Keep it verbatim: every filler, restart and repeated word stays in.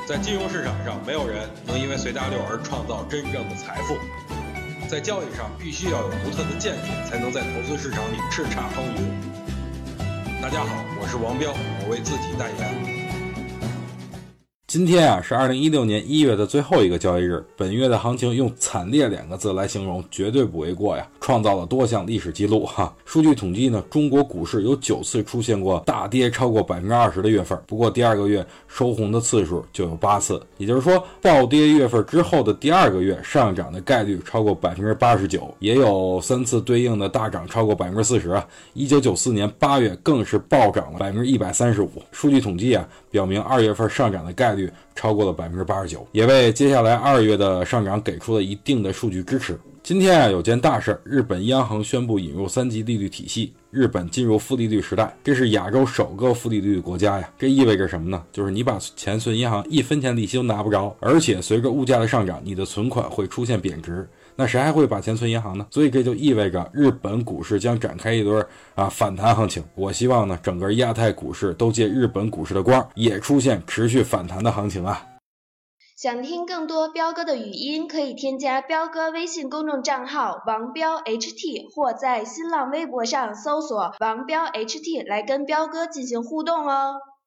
在金融市场上，没有人能因为随大流而创造真正的财富。在交易上，必须要有独特的见解，才能在投资市场里叱咤风云。大家好，我是王彪，我为自己代言。 今天啊是二零一六年一月的最后一个交易日，本月的行情用惨烈两个字来形容绝对不为过呀，创造了多项历史记录哈。数据统计呢，中国股市有九次出现过大跌超过 百分之二十 的月份，不过第二个月收红的次数就有八次，也就是说暴跌月份之后的第二个月上涨的概率超过 百分之八十九， 也有三次对应的大涨超过 百分之四十 啊。一九九四年八月更是暴涨了 百分之一百三十五。数据统计啊表明二月份上涨的概率超过了 百分之八十九， 也为接下来二月的上涨给出了一定的数据支持。今天啊有件大事，日本央行宣布引入三级利率体系，日本进入负利率时代，这是亚洲首个负利率的国家呀。这意味着什么呢？就是你把钱存银行一分钱利息都拿不着，而且随着物价的上涨，你的存款会出现贬值，那谁还会把钱存银行呢？所以这就意味着日本股市将展开一轮啊反弹行情。我希望呢整个亚太股市都借日本股市的光，也出现持续反弹的行情啊。 想听更多彪哥的语音，可以添加彪哥微信公众账号王彪 H T， 或在新浪微博上搜索王彪 H T 来跟彪哥进行互动哦。